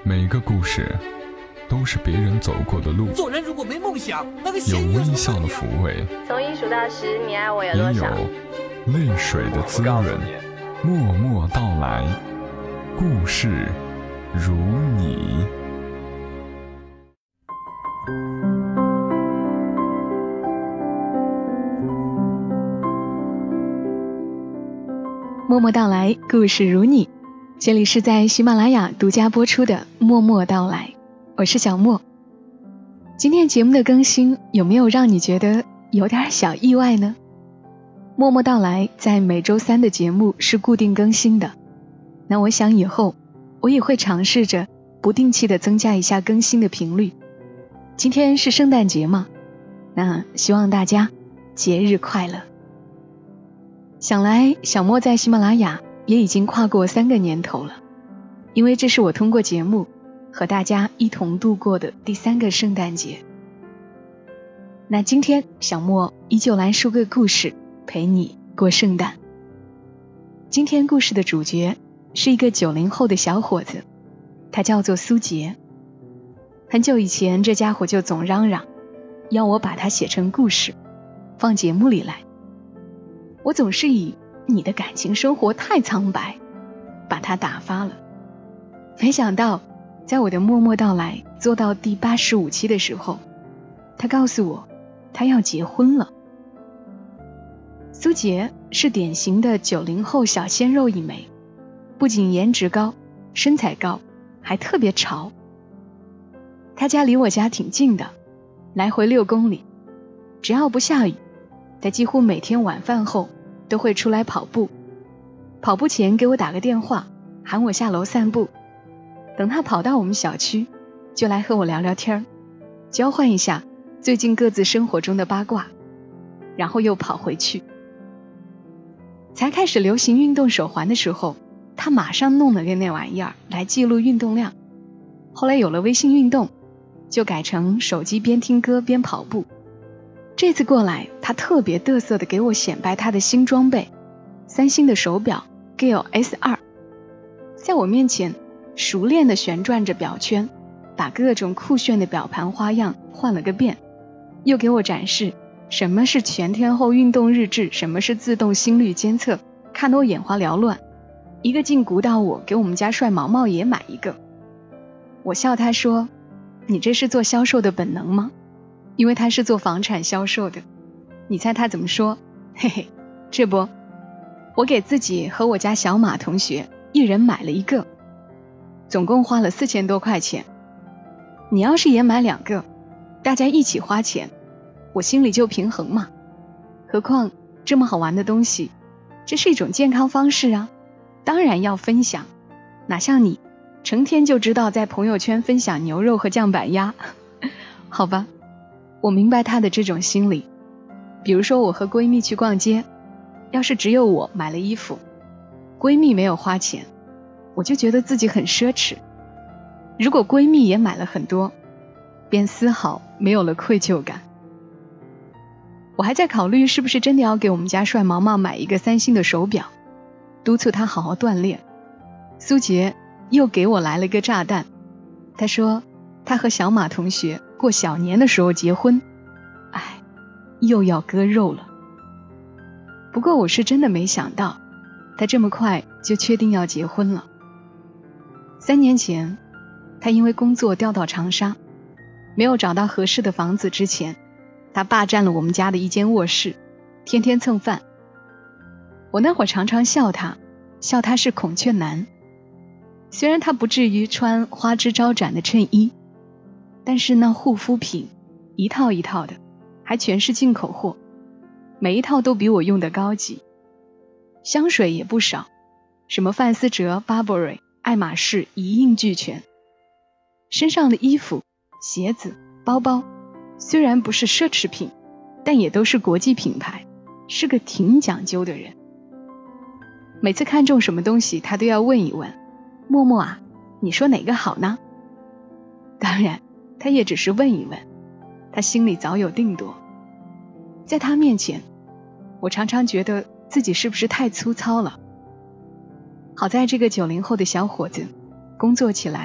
每个故事都是别人走过的路， 做人如果没梦想，那个有微笑的抚慰， 从1数到10，你爱我有多少？ 也有泪水的滋润。默默到来，故事如你。 默默到来，故事如你。这里是在喜马拉雅独家播出的默默到来，我是小莫。今天节目的更新有没有让你觉得有点小意外呢？默默到来在每周3的节目是固定更新的，那我想以后我也会尝试着不定期的增加一下更新的频率。今天是圣诞节嘛，那希望大家节日快乐。想来小莫在喜马拉雅也已经跨过3个年头了，因为这是我通过节目和大家一同度过的第3个圣诞节。那今天小莫依旧来说个故事，陪你过圣诞。今天故事的主角是一个90后的小伙子，他叫做苏杰。很久以前这家伙就总嚷嚷要我把它写成故事放节目里来，我总是以你的感情生活太苍白把他打发了。没想到在我的默默到来做到第85期的时候，他告诉我他要结婚了。苏杰是典型的90后小鲜肉一枚，不仅颜值高，身材高，还特别潮。他家离我家挺近的，来回6公里。只要不下雨，他几乎每天晚饭后都会出来跑步，跑步前给我打个电话，喊我下楼散步，等他跑到我们小区就来和我聊聊天，交换一下最近各自生活中的八卦，然后又跑回去。才开始流行运动手环的时候，他马上弄了个那玩意儿来记录运动量，后来有了微信运动，就改成手机边听歌边跑步。这次过来他特别嘚瑟地给我显摆他的新装备，3星的手表 Gear S2， 在我面前熟练地旋转着表圈，把各种酷炫的表盘花样换了个遍，又给我展示什么是全天候运动日志，什么是自动心率监测，看得我眼花缭乱，一个劲鼓捣我给我们家帅毛毛也买一个。我笑他说，你这是做销售的本能吗？因为他是做房产销售的。你猜他怎么说？嘿嘿，这不，我给自己和我家小马同学一人买了一个，总共花了4000多块钱。你要是也买2个，大家一起花钱，我心里就平衡嘛。何况这么好玩的东西，这是一种健康方式啊，当然要分享。哪像你成天就知道在朋友圈分享牛肉和酱板鸭。好吧，我明白她的这种心理。比如说我和闺蜜去逛街，要是只有我买了衣服，闺蜜没有花钱，我就觉得自己很奢侈。如果闺蜜也买了很多，便丝毫没有了愧疚感。我还在考虑是不是真的要给我们家帅毛毛买一个3星的手表，督促他好好锻炼。苏杰又给我来了个炸弹，他说他和小马同学过小年的时候结婚，又要割肉了。不过我是真的没想到他这么快就确定要结婚了。3年前他因为工作调到长沙，没有找到合适的房子之前，他霸占了我们家的一间卧室，天天蹭饭。我那会儿常常笑他是孔雀男。虽然他不至于穿花枝招展的衬衣，但是那护肤品一套一套的，还全是进口货，每一套都比我用的高级。香水也不少，什么范思哲、Burberry、爱马仕一应俱全。身上的衣服、鞋子、包包虽然不是奢侈品，但也都是国际品牌，是个挺讲究的人。每次看中什么东西他都要问一问，默默啊，你说哪个好呢？当然他也只是问一问，他心里早有定夺。在他面前，我常常觉得自己是不是太粗糙了。好在这个90后的小伙子工作起来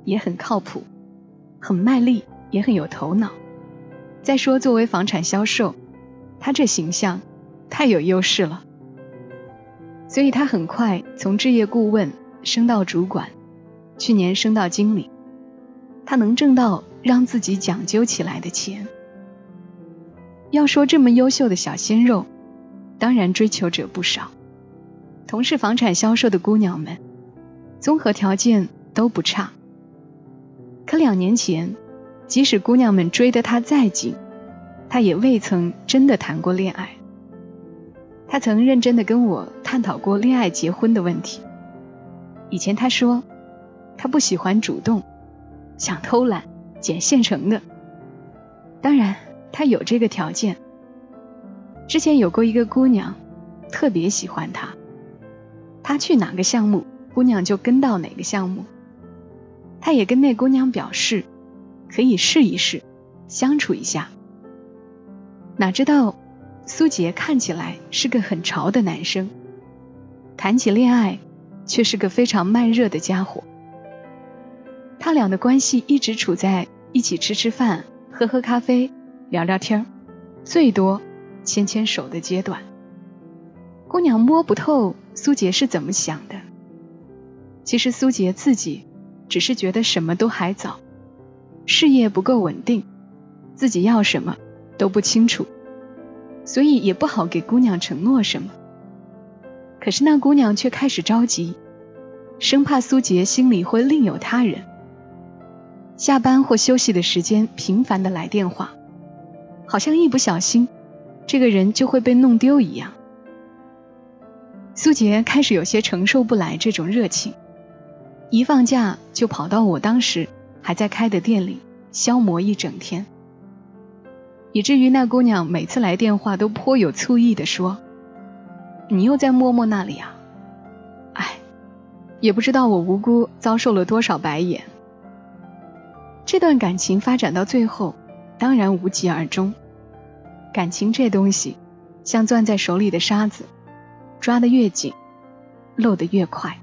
也很靠谱，很卖力，也很有头脑。再说作为房产销售，他这形象太有优势了。所以他很快从置业顾问升到主管，去年升到经理。他能挣到让自己讲究起来的钱。要说这么优秀的小鲜肉，当然追求者不少。同是房产销售的姑娘们，综合条件都不差。可2年前，即使姑娘们追得他再紧，他也未曾真的谈过恋爱。他曾认真地跟我探讨过恋爱结婚的问题。以前他说，他不喜欢主动，想偷懒，捡现成的。当然，他有这个条件。之前有过一个姑娘，特别喜欢他，他去哪个项目，姑娘就跟到哪个项目。他也跟那姑娘表示，可以试一试，相处一下。哪知道苏杰看起来是个很潮的男生，谈起恋爱却是个非常慢热的家伙。他俩的关系一直处在一起吃吃饭，喝喝咖啡，聊聊天，最多牵牵手的阶段。姑娘摸不透苏杰是怎么想的。其实苏杰自己只是觉得什么都还早，事业不够稳定，自己要什么都不清楚，所以也不好给姑娘承诺什么。可是那姑娘却开始着急，生怕苏杰心里会另有他人。下班或休息的时间频繁地来电话，好像一不小心这个人就会被弄丢一样。苏杰开始有些承受不来这种热情，一放假就跑到我当时还在开的店里消磨一整天，以至于那姑娘每次来电话都颇有醋意地说，你又在默默那里啊？哎，也不知道我无辜遭受了多少白眼。这段感情发展到最后当然无疾而终。感情这东西像攥在手里的沙子，抓得越紧，漏得越快。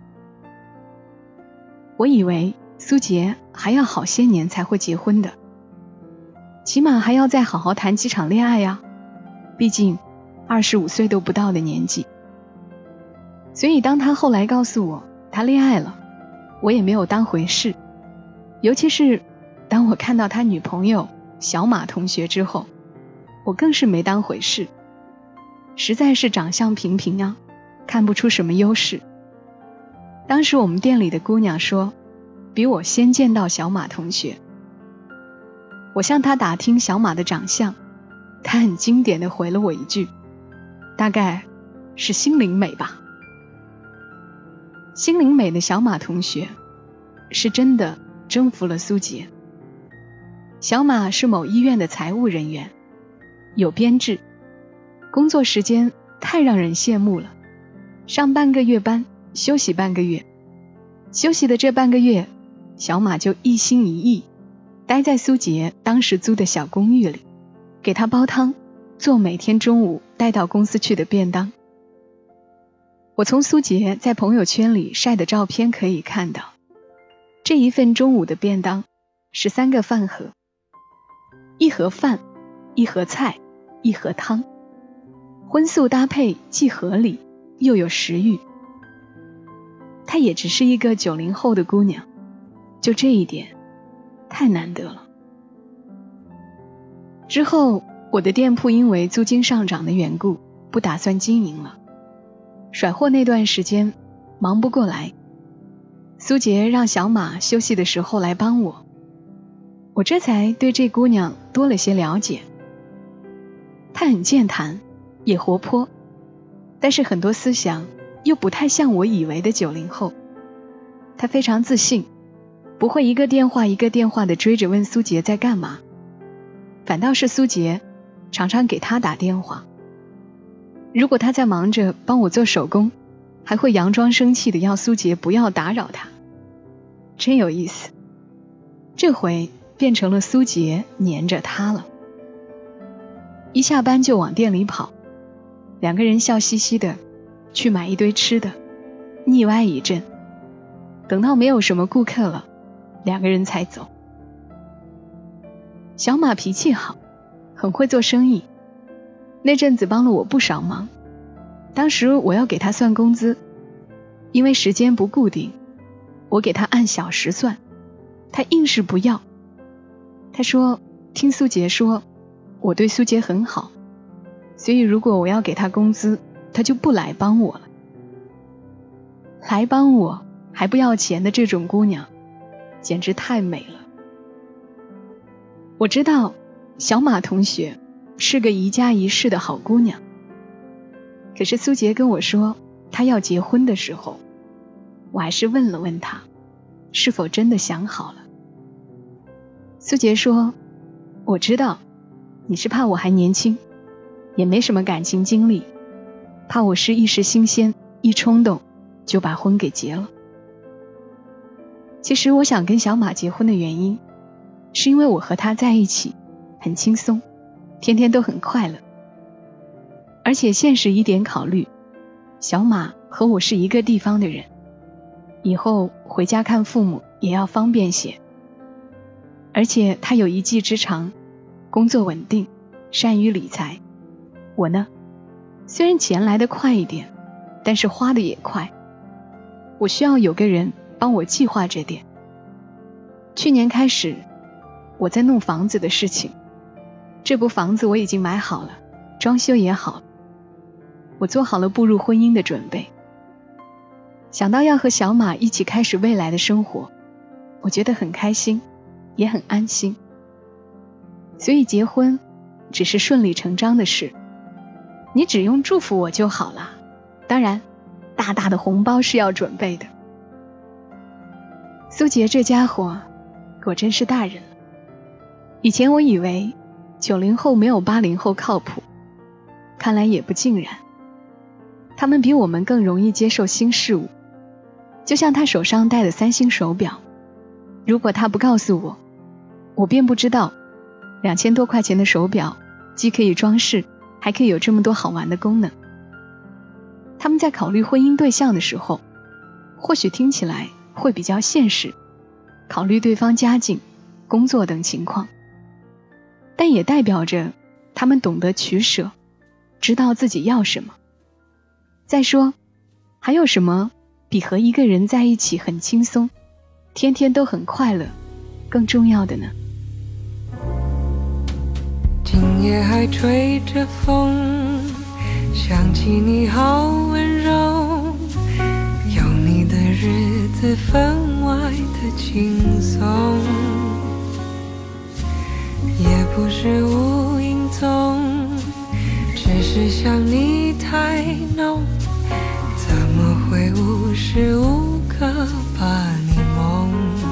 我以为苏杰还要好些年才会结婚的，起码还要再好好谈几场恋爱呀，毕竟25岁都不到的年纪。所以当他后来告诉我他恋爱了，我也没有当回事。尤其是当我看到他女朋友小马同学之后，我更是没当回事。实在是长相平平啊，看不出什么优势。当时我们店里的姑娘说，比我先见到小马同学。我向她打听小马的长相，她很经典地回了我一句，大概是心灵美吧。心灵美的小马同学是真的征服了苏杰。小马是某医院的财务人员，有编制，工作时间太让人羡慕了，上半个月班，休息半个月。休息的这半个月，小马就一心一意待在苏杰当时租的小公寓里，给他煲汤，做每天中午带到公司去的便当。我从苏杰在朋友圈里晒的照片可以看到，这一份中午的便当是3个饭盒，一盒饭，一盒菜，一盒汤，荤素搭配既合理又有食欲。她也只是一个90后的姑娘，就这一点太难得了。之后我的店铺因为租金上涨的缘故不打算经营了，甩货那段时间忙不过来，苏杰让小马休息的时候来帮我，我这才对这姑娘多了些了解。她很健谈，也活泼，但是很多思想又不太像我以为的90后。她非常自信，不会一个电话一个电话的追着问苏杰在干嘛，反倒是苏杰常常给她打电话。如果她在忙着帮我做手工，还会佯装生气的要苏杰不要打扰她。真有意思，这回变成了苏杰黏着她了。一下班就往店里跑，2个人笑嘻嘻的去买一堆吃的，腻歪一阵。等到没有什么顾客了， 2个人才走。小马脾气好，很会做生意，那阵子帮了我不少忙。当时我要给他算工资，因为时间不固定，我给他按小时算，他硬是不要。他说听苏杰说我对苏杰很好，所以如果我要给他工资，他就不来帮我了。来帮我还不要钱的这种姑娘简直太美了。我知道小马同学是个宜家宜室的好姑娘，可是苏杰跟我说他要结婚的时候，我还是问了问他是否真的想好了。苏杰说，我知道你是怕我还年轻，也没什么感情经历，怕我是一时新鲜，一冲动就把婚给结了。其实我想跟小马结婚的原因，是因为我和他在一起很轻松，天天都很快乐。而且现实一点考虑，小马和我是一个地方的人，以后回家看父母也要方便些。而且他有一技之长，工作稳定，善于理财。我呢，虽然钱来得快一点，但是花的也快。我需要有个人帮我计划这点。去年开始，我在弄房子的事情，这部房子我已经买好了，装修也好了，我做好了步入婚姻的准备。想到要和小马一起开始未来的生活，我觉得很开心，也很安心。所以结婚只是顺理成章的事，你只用祝福我就好了。当然，大大的红包是要准备的。苏杰这家伙果真是大人了。以前我以为90后没有80后靠谱，看来也不尽然。他们比我们更容易接受新事物，就像他手上戴的3星手表，如果他不告诉我，我便不知道2000多块钱的手表既可以装饰，还可以有这么多好玩的功能。他们在考虑婚姻对象的时候，或许听起来会比较现实，考虑对方家境、工作等情况，但也代表着他们懂得取舍，知道自己要什么。再说，还有什么比和一个人在一起很轻松，天天都很快乐更重要的呢？ 今夜还吹着风，想起你好温柔，有你的日子分外的轻松，也不是无影踪，只是想你太浓，怎么会无时无刻把你梦。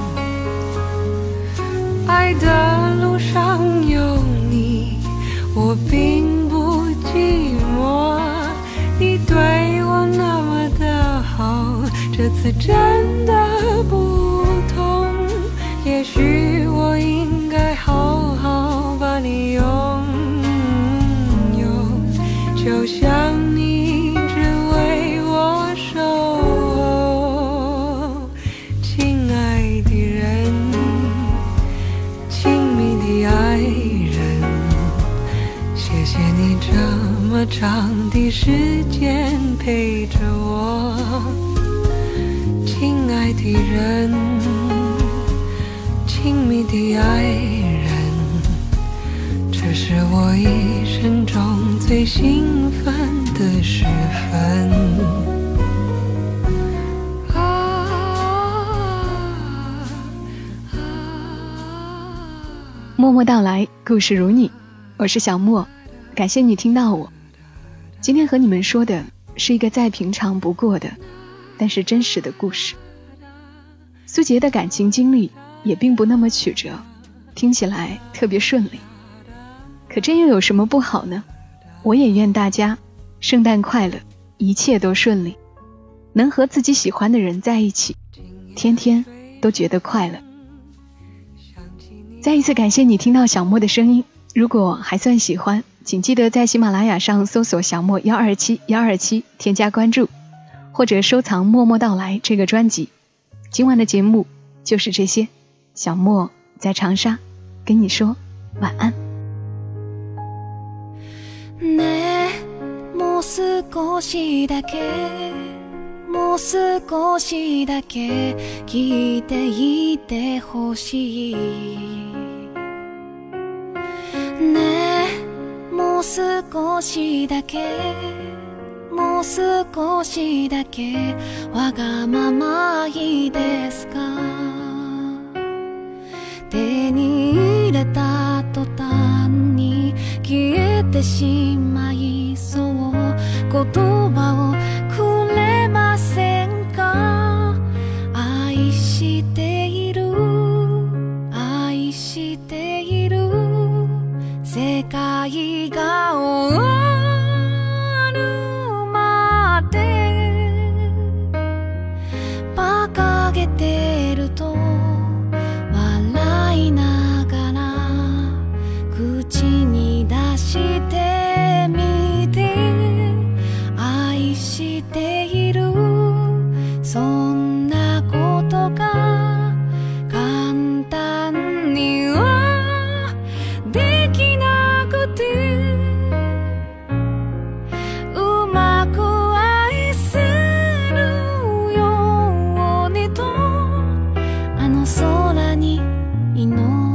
爱的路上有你，我并不寂寞，你对我那么的好，这次真的不同。也许我应该好好把你拥有，就像你只为我守候。亲爱的人，亲密的爱人，谢谢你这么长的时间陪着我。亲爱的人，亲密的爱人，这是我一生中最兴奋的时分。 默默到来，故事如你，我是小莫，感谢你听到我。今天和你们说的是一个再平常不过的，但是真实的故事。苏杰的感情经历也并不那么曲折，听起来特别顺利。可这又有什么不好呢？我也愿大家圣诞快乐，一切都顺利，能和自己喜欢的人在一起，天天都觉得快乐。再一次感谢你听到小莫的声音，如果还算喜欢，请记得在喜马拉雅上搜索小莫127添加关注，或者收藏默默到来这个专辑。今晚的节目就是这些， 小莫在长沙跟你说晚安。 ねえ、もう少しだけ、もう少しだけ聞いていてほしい。ねえ、もう少しだけ、もう少しだけわがままいいですか。手に入れた途端に消えてしまいそう言葉をくれませんか。愛している、愛している、世界が終わるまで馬鹿げてると笑いながら口に出してみて、愛している、そんなことが簡単にはできなくて、うまく愛せるようにとあの空に祈る